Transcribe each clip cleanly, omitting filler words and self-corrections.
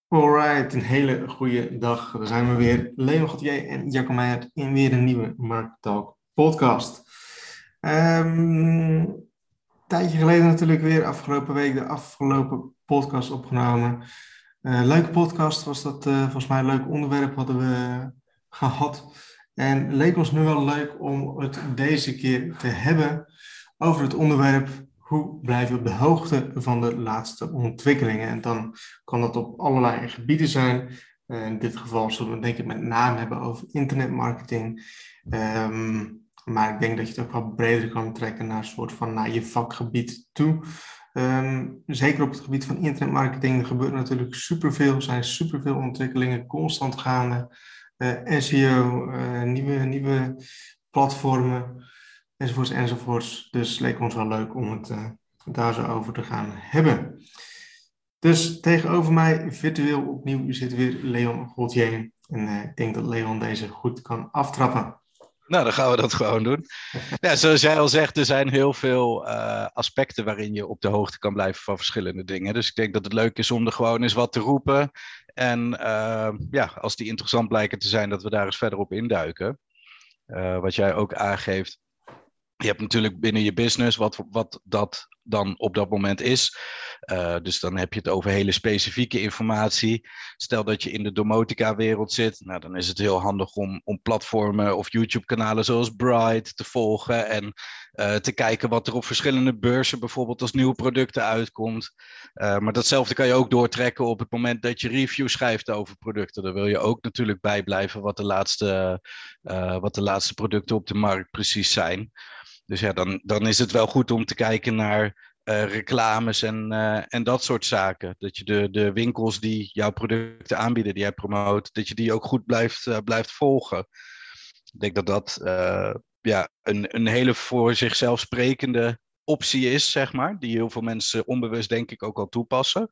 Alright, een hele goede dag. Daar zijn we weer. Leon Gauthier en Jacco Meijer in weer een nieuwe Market Talk podcast. Een tijdje geleden natuurlijk weer, afgelopen week, de afgelopen podcast opgenomen. Leuke podcast was dat, volgens mij een leuk onderwerp hadden we gehad. En leek ons nu wel leuk om het deze keer te hebben over het onderwerp: hoe blijf je op de hoogte van de laatste ontwikkelingen? En dan kan dat op allerlei gebieden zijn. In dit geval zullen we het denk ik met name hebben over internetmarketing. Maar ik denk dat je het ook wel breder kan trekken naar een soort van naar je vakgebied toe. Zeker op het gebied van internetmarketing, er gebeurt natuurlijk superveel. Er zijn superveel ontwikkelingen constant gaande. SEO, nieuwe platformen, enzovoorts, enzovoorts. Dus het leek ons wel leuk om het daar zo over te gaan hebben. Dus tegenover mij virtueel opnieuw zit weer Leon Gauthier. En ik denk dat Leon deze goed kan aftrappen. Nou, dan gaan we dat gewoon doen. Ja, zoals jij al zegt, er zijn heel veel aspecten waarin je op de hoogte kan blijven van verschillende dingen. Dus ik denk dat het leuk is om er gewoon eens wat te roepen. En ja, als die interessant blijken te zijn, dat we daar eens verder op induiken. Wat jij ook aangeeft. Je hebt natuurlijk binnen je business wat dat dan op dat moment is. Dus dan heb je het over hele specifieke informatie. Stel dat je in de domotica-wereld zit. Nou, dan is het heel handig om platformen of YouTube-kanalen zoals Bright te volgen. En te kijken wat er op verschillende beurzen bijvoorbeeld als nieuwe producten uitkomt. Maar datzelfde kan je ook doortrekken op het moment dat je review schrijft over producten. Daar wil je ook natuurlijk bijblijven wat de laatste producten op de markt precies zijn. Dus ja, dan is het wel goed om te kijken naar reclames en dat soort zaken. Dat je de winkels die jouw producten aanbieden, die jij promoot, dat je die ook goed blijft volgen. Ik denk dat dat ja, een hele voor zichzelf sprekende optie is, zeg maar. Die heel veel mensen onbewust denk ik ook al toepassen.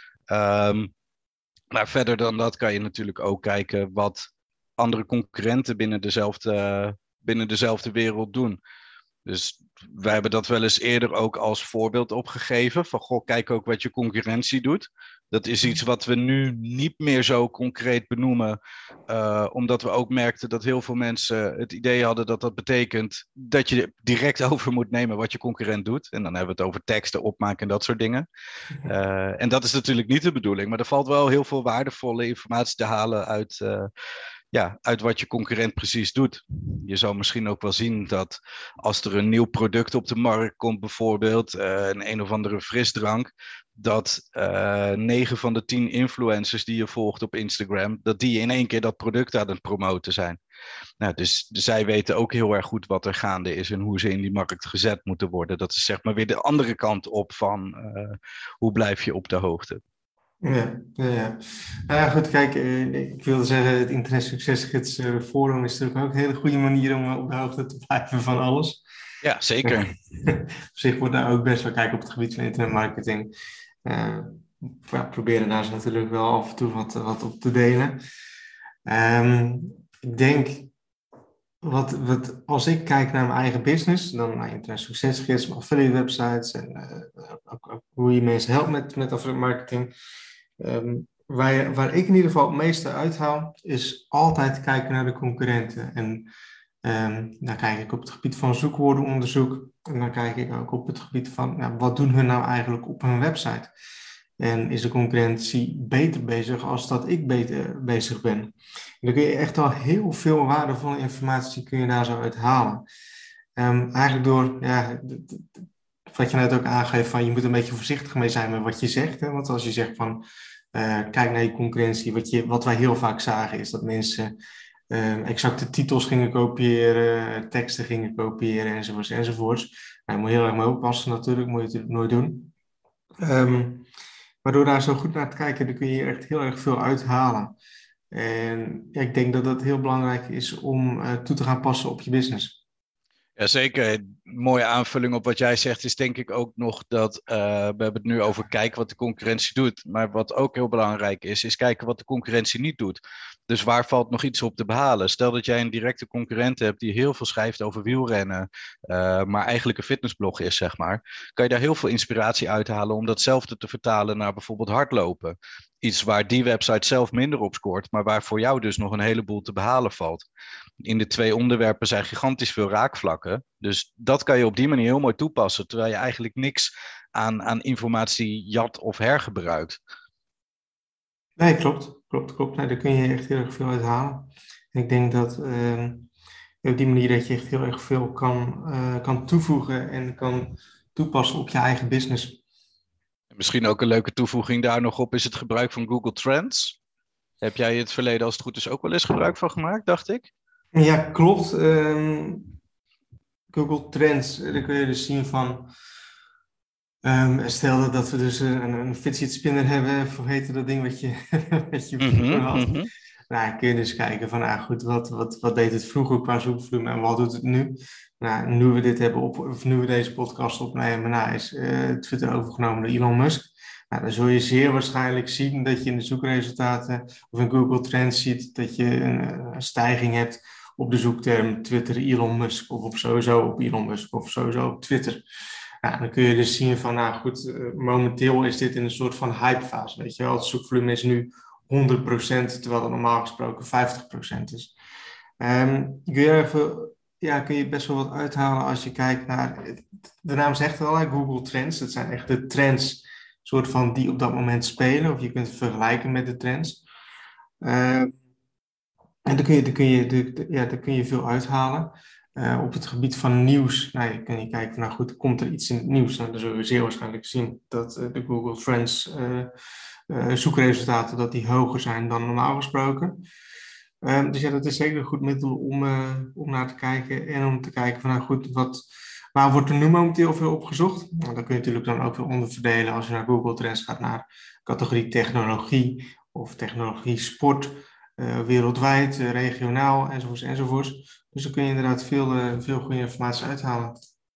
Maar verder dan dat kan je natuurlijk ook kijken wat andere concurrenten binnen dezelfde wereld doen. Dus wij hebben dat wel eens eerder ook als voorbeeld opgegeven. Van goh, kijk ook wat je concurrentie doet. Dat is iets wat we nu niet meer zo concreet benoemen. Omdat we ook merkten dat heel veel mensen het idee hadden dat dat betekent dat je direct over moet nemen wat je concurrent doet. En dan hebben we het over teksten, opmaken en dat soort dingen. En dat is natuurlijk niet de bedoeling. Maar er valt wel heel veel waardevolle informatie te halen uit wat je concurrent precies doet. Je zou misschien ook wel zien dat als er een nieuw product op de markt komt, bijvoorbeeld een of andere frisdrank, dat 9 van de 10 influencers die je volgt op Instagram, dat die in één keer dat product aan het promoten zijn. Nou, dus zij weten ook heel erg goed wat er gaande is en hoe ze in die markt gezet moeten worden. Dat is zeg maar weer de andere kant op van hoe blijf je op de hoogte. Ja, ja, ja. Nou ja, goed, kijk, ik wilde zeggen, het Internet Succesgids forum is natuurlijk ook een hele goede manier om op de hoogte te blijven van alles. Ja, zeker. Op zich wordt daar ook best wel kijken op het gebied van internetmarketing. Ja, proberen daar ze natuurlijk wel af en toe wat op te delen. Ik denk, als ik kijk naar mijn eigen business, dan naar Internet Succesgids, mijn affiliate websites en ook hoe je mensen helpt met affiliate marketing. Waar ik in ieder geval het meeste uithaal, is altijd kijken naar de concurrenten. En dan kijk ik op het gebied van zoekwoordenonderzoek. En dan kijk ik ook op het gebied van, wat doen hun nou eigenlijk op hun website? En is de concurrentie beter bezig als dat ik beter bezig ben? En dan kun je echt al heel veel waardevolle informatie kun je daar zo uit halen. Eigenlijk door, wat je net ook aangeeft, van je moet een beetje voorzichtig mee zijn met wat je zegt. Hè? Want als je zegt van, kijk naar je concurrentie, wat wij heel vaak zagen is dat mensen exacte titels gingen kopiëren, teksten gingen kopiëren enzovoorts enzovoorts. Nou, je moet heel erg mee oppassen natuurlijk, moet je natuurlijk nooit doen. Maar door daar zo goed naar te kijken, dan kun je echt heel erg veel uithalen. En ja, ik denk dat dat heel belangrijk is om toe te gaan passen op je business. Jazeker, een mooie aanvulling op wat jij zegt is denk ik ook nog dat we hebben het nu over kijken wat de concurrentie doet. Maar wat ook heel belangrijk is kijken wat de concurrentie niet doet. Dus waar valt nog iets op te behalen? Stel dat jij een directe concurrent hebt die heel veel schrijft over wielrennen, maar eigenlijk een fitnessblog is, zeg maar. Kan je daar heel veel inspiratie uithalen om datzelfde te vertalen naar bijvoorbeeld hardlopen. iets waar die website zelf minder op scoort, maar waar voor jou dus nog een heleboel te behalen valt. In de 2 onderwerpen zijn gigantisch veel raakvlakken. Dus dat kan je op die manier heel mooi toepassen, terwijl je eigenlijk niks aan informatie jat of hergebruikt. Nee, klopt. Nee, daar kun je echt heel erg veel uit halen. En ik denk dat op die manier dat je echt heel erg veel kan toevoegen en kan toepassen op je eigen business. Misschien ook een leuke toevoeging daar nog op is het gebruik van Google Trends. Heb jij in het verleden als het goed is ook wel eens gebruik van gemaakt, dacht ik? Ja, klopt. Google Trends, daar kun je dus zien van. Stel dat we dus een fidget spinner hebben, of hoe heette dat ding wat je vroeger had. Nou, kun je dus kijken van, goed, wat deed het vroeger qua zoekvolume en wat doet het nu? Nou, nu we dit hebben of nu we deze podcast opnemen, is Twitter overgenomen door Elon Musk. Nou, dan zul je zeer waarschijnlijk zien dat je in de zoekresultaten of in Google Trends ziet dat je een stijging hebt op de zoekterm Twitter Elon Musk of sowieso op Elon Musk of sowieso op Twitter. Ja, dan kun je dus zien van, goed, momenteel is dit in een soort van hypefase, weet je wel. Het zoekvolume is nu 100%, terwijl het normaal gesproken 50% is. Kun je best wel wat uithalen als je kijkt naar, de naam zegt het al, Google Trends. Dat zijn echt de trends soort van die op dat moment spelen, of je kunt het vergelijken met de trends. En daar kun je veel uithalen. Op het gebied van nieuws, kun je kijken van, goed, komt er iets in het nieuws? Nou, dan zullen we zeer waarschijnlijk zien dat de Google Trends zoekresultaten dat die hoger zijn dan normaal gesproken. Dus ja, dat is zeker een goed middel om naar te kijken en om te kijken van, goed, waar wordt er nu momenteel veel op gezocht? Nou, dan kun je natuurlijk dan ook weer onderverdelen als je naar Google Trends gaat naar categorie technologie of technologie sport, wereldwijd, regionaal enzovoorts. Dus dan kun je inderdaad veel goede informatie uithalen.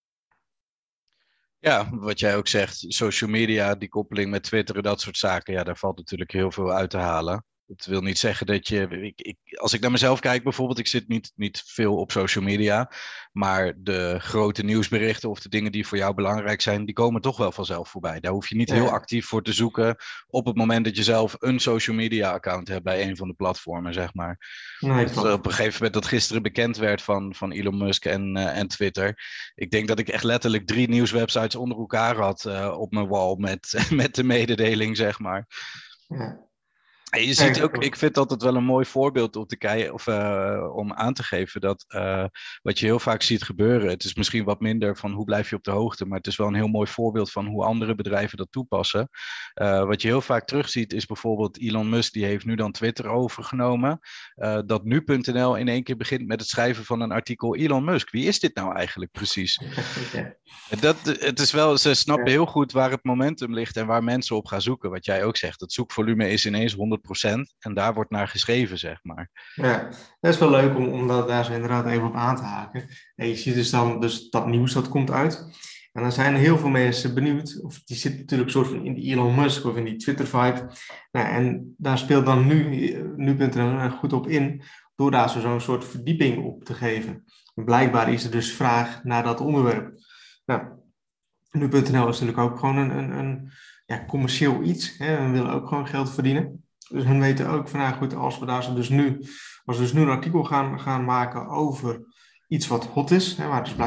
Ja, wat jij ook zegt, social media, die koppeling met Twitter en dat soort zaken, ja, daar valt natuurlijk heel veel uit te halen. Het wil niet zeggen dat je. Als ik naar mezelf kijk bijvoorbeeld, ik zit niet veel op social media. Maar de grote nieuwsberichten of de dingen die voor jou belangrijk zijn, die komen toch wel vanzelf voorbij. Daar hoef je niet heel actief voor te zoeken op het moment dat je zelf een social media account hebt bij een van de platformen, zeg maar. Nee, dus op een gegeven moment dat gisteren bekend werd van Elon Musk en Twitter. Ik denk dat ik echt letterlijk 3 nieuwswebsites onder elkaar had op mijn wall met de mededeling, zeg maar. Ja. Je ziet ook, ik vind dat het wel een mooi voorbeeld om aan te geven dat wat je heel vaak ziet gebeuren, het is misschien wat minder van hoe blijf je op de hoogte, maar het is wel een heel mooi voorbeeld van hoe andere bedrijven dat toepassen. Wat je heel vaak terugziet is bijvoorbeeld Elon Musk, die heeft nu dan Twitter overgenomen, dat nu.nl in één keer begint met het schrijven van een artikel Elon Musk. Wie is dit nou eigenlijk precies? Het is wel, ze snappen heel goed waar het momentum ligt en waar mensen op gaan zoeken. Wat jij ook zegt, het zoekvolume is ineens 100% en daar wordt naar geschreven, zeg maar. Ja, dat is wel leuk om daar zo inderdaad even op aan te haken. En je ziet dus dan dat nieuws dat komt uit. En dan zijn er heel veel mensen benieuwd, of die zitten natuurlijk soort van in die Elon Musk of in die Twitter-vibe. Nou, en daar speelt dan nu.nl goed op in, door daar zo'n soort verdieping op te geven. En blijkbaar is er dus vraag naar dat onderwerp. Nou, nu.nl is natuurlijk ook gewoon een commercieel iets. Hè. We willen ook gewoon geld verdienen. Dus hun weten ook van, goed, als we dus nu een artikel gaan maken over iets wat hot is, hè, waar dus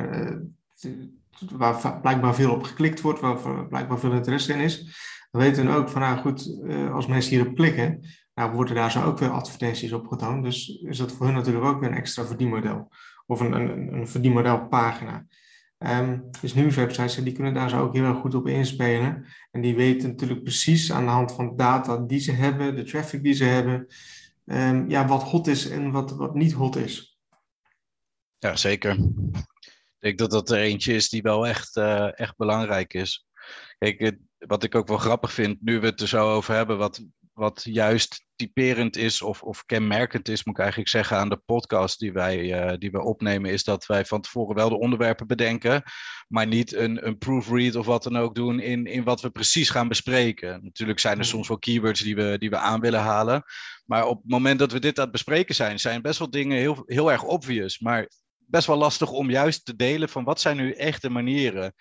blijkbaar veel op geklikt wordt, waar blijkbaar veel interesse in is, dan weten we ook van, goed, als mensen hierop klikken, worden daar zo ook weer advertenties op getoond. Dus is dat voor hun natuurlijk ook weer een extra verdienmodel. Of een verdienmodelpagina. Dus nieuwswebsites, die kunnen daar zo ook heel erg goed op inspelen. En die weten natuurlijk precies aan de hand van data die ze hebben, de traffic die ze hebben, wat hot is en wat niet hot is. Ja, zeker. Ik denk dat dat er eentje is die wel echt belangrijk is. Kijk, wat ik ook wel grappig vind, nu we het er zo over hebben, wat juist typerend is of kenmerkend is, moet ik eigenlijk zeggen, aan de podcast die we opnemen, is dat wij van tevoren wel de onderwerpen bedenken, maar niet een proofread of wat dan ook doen in wat we precies gaan bespreken. Natuurlijk zijn er soms wel keywords die we aan willen halen, maar op het moment dat we dit aan het bespreken zijn best wel dingen heel erg obvious, maar best wel lastig om juist te delen van wat zijn nu echte manieren.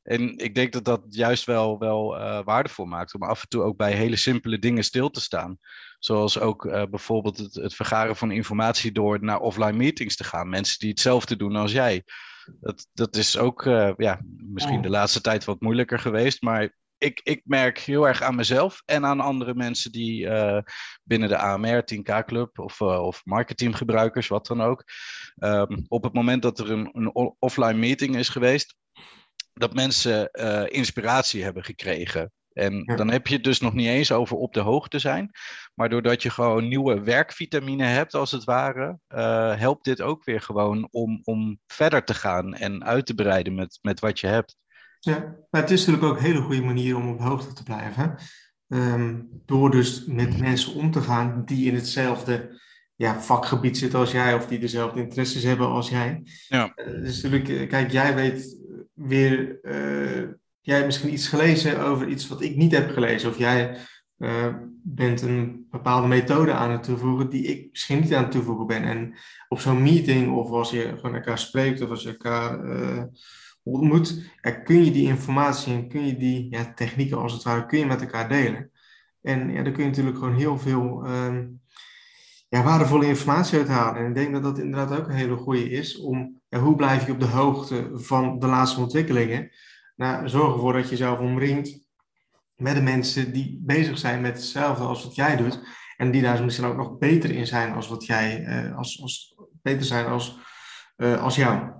En ik denk dat dat juist wel waardevol maakt om af en toe ook bij hele simpele dingen stil te staan. Zoals ook bijvoorbeeld het vergaren van informatie door naar offline meetings te gaan. Mensen die hetzelfde doen als jij. Dat is ook misschien de laatste tijd wat moeilijker geweest. Maar ik merk heel erg aan mezelf en aan andere mensen die binnen de AMR 10K-club of marketinggebruikers, wat dan ook. Op het moment dat er een offline meeting is geweest, dat mensen inspiratie hebben gekregen. En dan heb je het dus nog niet eens over op de hoogte zijn. Maar doordat je gewoon nieuwe werkvitamine hebt, als het ware, helpt dit ook weer gewoon om verder te gaan en uit te breiden met wat je hebt. Ja, maar het is natuurlijk ook een hele goede manier om op de hoogte te blijven. Door dus met mensen om te gaan die in hetzelfde vakgebied zitten als jij of die dezelfde interesses hebben als jij. Ja. Dus natuurlijk, kijk, jij weet weer, jij hebt misschien iets gelezen over iets wat ik niet heb gelezen. Of jij bent een bepaalde methode aan het toevoegen die ik misschien niet aan het toevoegen ben. En op zo'n meeting of als je gewoon elkaar spreekt of als je elkaar ontmoet, kun je die informatie en kun je die technieken als het ware, kun je met elkaar delen. En daar kun je natuurlijk gewoon heel veel waardevolle informatie uithalen. En ik denk dat dat inderdaad ook een hele goede is om, hoe blijf je op de hoogte van de laatste ontwikkelingen? Nou, zorg ervoor dat je jezelf omringt met de mensen die bezig zijn met hetzelfde als wat jij doet. En die daar misschien ook nog beter in zijn als wat jij, beter zijn als jou.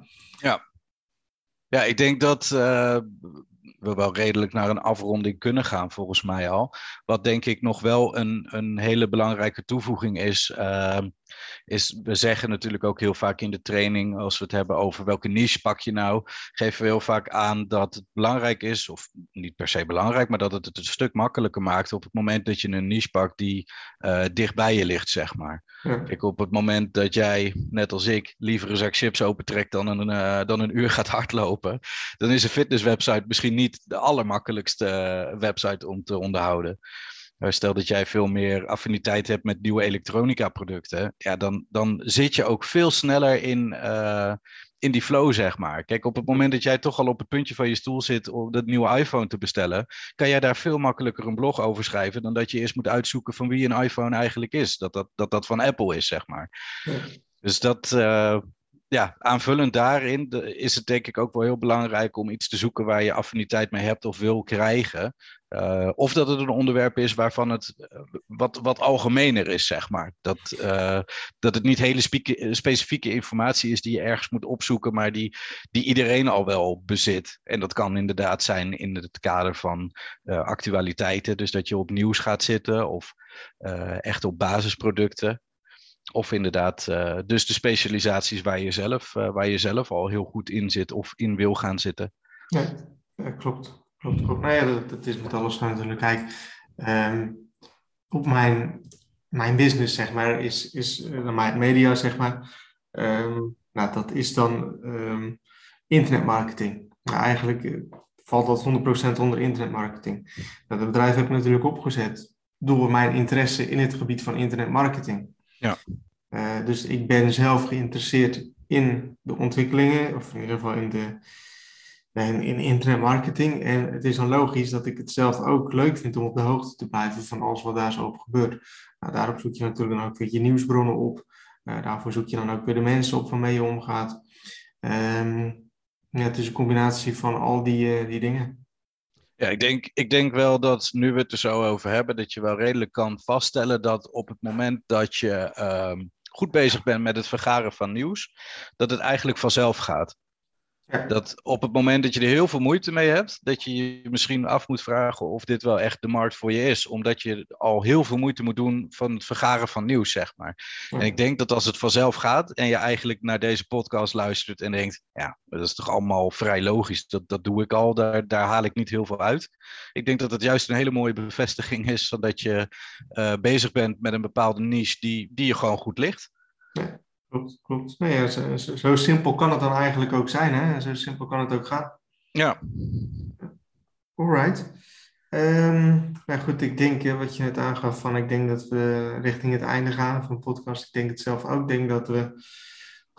Ja, ik denk dat we wel redelijk naar een afronding kunnen gaan, volgens mij al. Wat denk ik nog wel een hele belangrijke toevoeging is, we zeggen natuurlijk ook heel vaak in de training, als we het hebben over welke niche pak je nou, geven we heel vaak aan dat het belangrijk is, of niet per se belangrijk, maar dat het een stuk makkelijker maakt op het moment dat je een niche pakt die dicht bij je ligt, zeg maar. Ja. Kijk, op het moment dat jij, net als ik, liever een zak chips opentrekt dan een uur gaat hardlopen, dan is een fitnesswebsite misschien niet de allermakkelijkste website om te onderhouden. Stel dat jij veel meer affiniteit hebt met nieuwe elektronica producten, ja, dan zit je ook veel sneller in die flow, zeg maar. Kijk, op het moment dat jij toch al op het puntje van je stoel zit om dat nieuwe iPhone te bestellen, kan jij daar veel makkelijker een blog over schrijven dan dat je eerst moet uitzoeken van wie een iPhone eigenlijk is. Dat van Apple is, zeg maar. Ja. Dus dat... aanvullend daarin is het denk ik ook wel heel belangrijk om iets te zoeken waar je affiniteit mee hebt of wil krijgen. Of dat het een onderwerp is waarvan het wat algemener is, zeg maar. Dat het niet hele specifieke informatie is die je ergens moet opzoeken, maar die iedereen al wel bezit. En dat kan inderdaad zijn in het kader van actualiteiten. Dus dat je op nieuws gaat zitten of echt op basisproducten. Of inderdaad, dus de specialisaties waar je zelf al heel goed in zit of in wil gaan zitten. Ja, klopt. Nou ja, dat is met alles natuurlijk. Kijk, op mijn business, zeg maar, is mijn media, zeg maar. Dat is dan internetmarketing. Nou, eigenlijk valt dat 100% onder internetmarketing. Nou, dat bedrijf heb ik natuurlijk opgezet door mijn interesse in het gebied van internetmarketing. Ja. Dus ik ben zelf geïnteresseerd in de ontwikkelingen, of in ieder geval in internetmarketing. En het is dan logisch dat ik het zelf ook leuk vind om op de hoogte te blijven van alles wat daar zo op gebeurt. Nou, daarop zoek je natuurlijk dan ook weer je nieuwsbronnen op. Daarvoor zoek je dan ook weer de mensen op waarmee je omgaat. Het is een combinatie van al die dingen. Ja, ik denk wel dat nu we het er zo over hebben, dat je wel redelijk kan vaststellen dat op het moment dat je goed bezig bent met het vergaren van nieuws, dat het eigenlijk vanzelf gaat. Ja. Dat op het moment dat je er heel veel moeite mee hebt, dat je je misschien af moet vragen of dit wel echt de markt voor je is. Omdat je al heel veel moeite moet doen van het vergaren van nieuws, zeg maar. Ja. En ik denk dat als het vanzelf gaat en je eigenlijk naar deze podcast luistert en denkt, ja, dat is toch allemaal vrij logisch. Dat doe ik al, daar haal ik niet heel veel uit. Ik denk dat het juist een hele mooie bevestiging is, zodat je bezig bent met een bepaalde niche die je gewoon goed ligt. Ja. Klopt. Nee, ja, zo simpel kan het dan eigenlijk ook zijn, hè? Zo simpel kan het ook gaan. Ja. Alright. Goed, ik denk wat je net aangaf ik denk dat we richting het einde gaan van de podcast. Ik denk het zelf ook. Ik denk dat we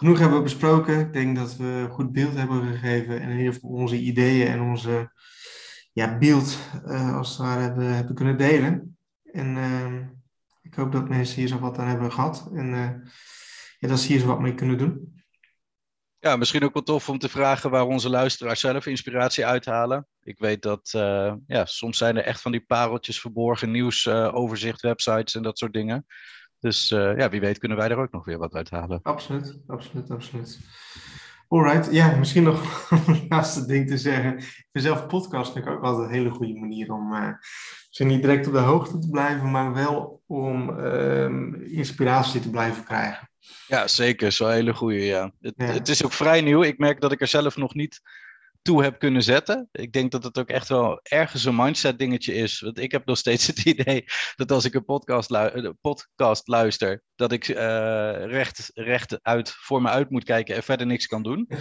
genoeg hebben we besproken. Ik denk dat we een goed beeld hebben gegeven en in ieder geval onze ideeën en onze beeld als het ware hebben kunnen delen. En ik hoop dat mensen hier zo wat aan hebben gehad en dat ze hier zo wat mee kunnen doen. Ja, misschien ook wel tof om te vragen waar onze luisteraars zelf inspiratie uithalen. Ik weet dat soms zijn er echt van die pareltjes verborgen, nieuwsoverzicht, websites en dat soort dingen. Dus wie weet kunnen wij er ook nog weer wat uithalen. Absoluut, absoluut, absoluut. Alright, ja, misschien nog een laatste ding te zeggen. Ik vind zelf podcast vind ik ook altijd een hele goede manier om misschien niet direct op de hoogte te blijven, maar wel om inspiratie te blijven krijgen. Ja, zeker. Is wel een hele goeie, ja. Ja. Het is ook vrij nieuw. Ik merk dat ik er zelf nog niet toe heb kunnen zetten. Ik denk dat het ook echt wel ergens een mindset dingetje is. Want ik heb nog steeds het idee dat als ik een podcast luister, dat ik recht uit voor me uit moet kijken en verder niks kan doen.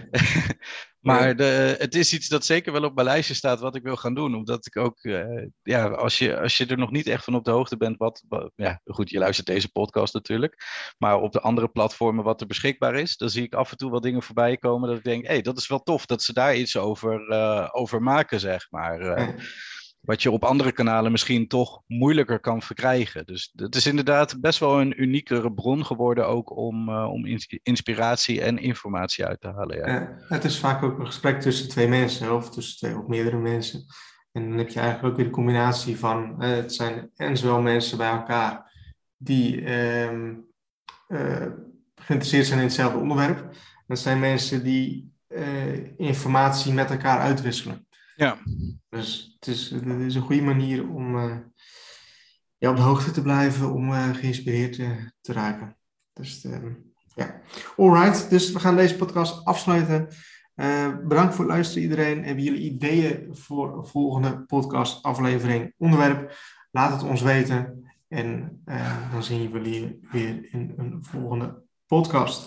Maar het is iets dat zeker wel op mijn lijstje staat wat ik wil gaan doen. Omdat ik ook, als je er nog niet echt van op de hoogte bent, goed, je luistert deze podcast natuurlijk. Maar op de andere platformen wat er beschikbaar is, dan zie ik af en toe wel dingen voorbij komen dat ik denk, hé, dat is wel tof dat ze daar iets over maken, zeg maar. Wat je op andere kanalen misschien toch moeilijker kan verkrijgen. Dus het is inderdaad best wel een uniekere bron geworden ook om inspiratie en informatie uit te halen. Ja. Het is vaak ook een gesprek tussen twee mensen of tussen twee of meerdere mensen. En dan heb je eigenlijk ook weer de combinatie van, het zijn en zowel mensen bij elkaar die geïnteresseerd zijn in hetzelfde onderwerp. Het zijn mensen die informatie met elkaar uitwisselen. Ja. Dus het is een goede manier om op de hoogte te blijven, om geïnspireerd te raken. Dus alright, dus we gaan deze podcast afsluiten. Bedankt voor het luisteren iedereen. Hebben jullie ideeën voor een volgende podcast aflevering onderwerp? Laat het ons weten. En dan zien we jullie weer in een volgende podcast.